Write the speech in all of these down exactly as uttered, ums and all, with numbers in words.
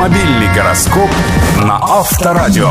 Автомобильный гороскоп на Авторадио.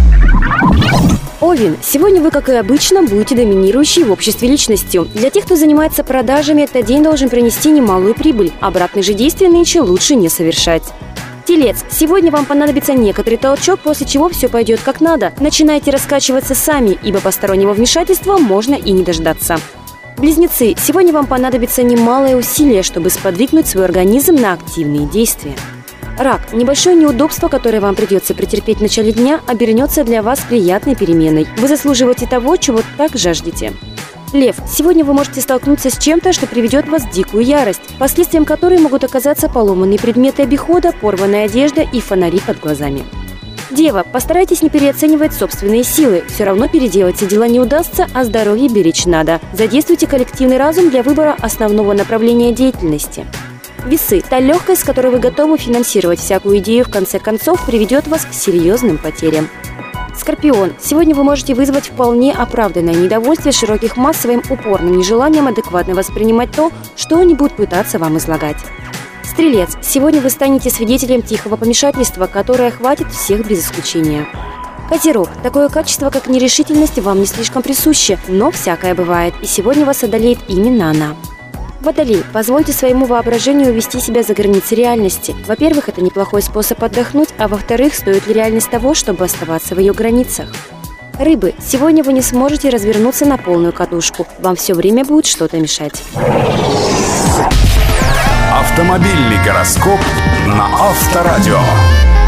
Овен, сегодня вы, как и обычно, будете доминирующей в обществе личностью. Для тех, кто занимается продажами, этот день должен принести немалую прибыль. Обратные же действия нынче лучше не совершать. Телец, сегодня вам понадобится некоторый толчок, после чего все пойдет как надо. Начинайте раскачиваться сами, ибо постороннего вмешательства можно и не дождаться. Близнецы, сегодня вам понадобится немалое усилие, чтобы сподвигнуть свой организм на активные действия. Рак, небольшое неудобство, которое вам придется претерпеть в начале дня, обернется для вас приятной переменой. Вы заслуживаете того, чего так жаждете. Лев, сегодня вы можете столкнуться с чем-то, что приведет вас в дикую ярость, последствием которой могут оказаться поломанные предметы обихода, порванная одежда и фонари под глазами. Дева, постарайтесь не переоценивать собственные силы. Все равно переделать все дела не удастся, а здоровье беречь надо. Задействуйте коллективный разум для выбора основного направления деятельности. Весы, та легкость, с которой вы готовы финансировать всякую идею, в конце концов приведет вас к серьезным потерям. Скорпион, сегодня вы можете вызвать вполне оправданное недовольствие широких масс своим упорным нежеланием адекватно воспринимать то, что они будут пытаться вам излагать. Стрелец, сегодня вы станете свидетелем тихого помешательства, которое охватит всех без исключения. Козерог, такое качество, как нерешительность, вам не слишком присуще, но всякое бывает, и сегодня вас одолеет именно она. Водолей, позвольте своему воображению увести себя за границы реальности. Во-первых, это неплохой способ отдохнуть, а во-вторых, стоит ли реальность того, чтобы оставаться в ее границах. Рыбы, сегодня вы не сможете развернуться на полную катушку, вам все время будет что-то мешать. Автомобильный гороскоп на Авторадио.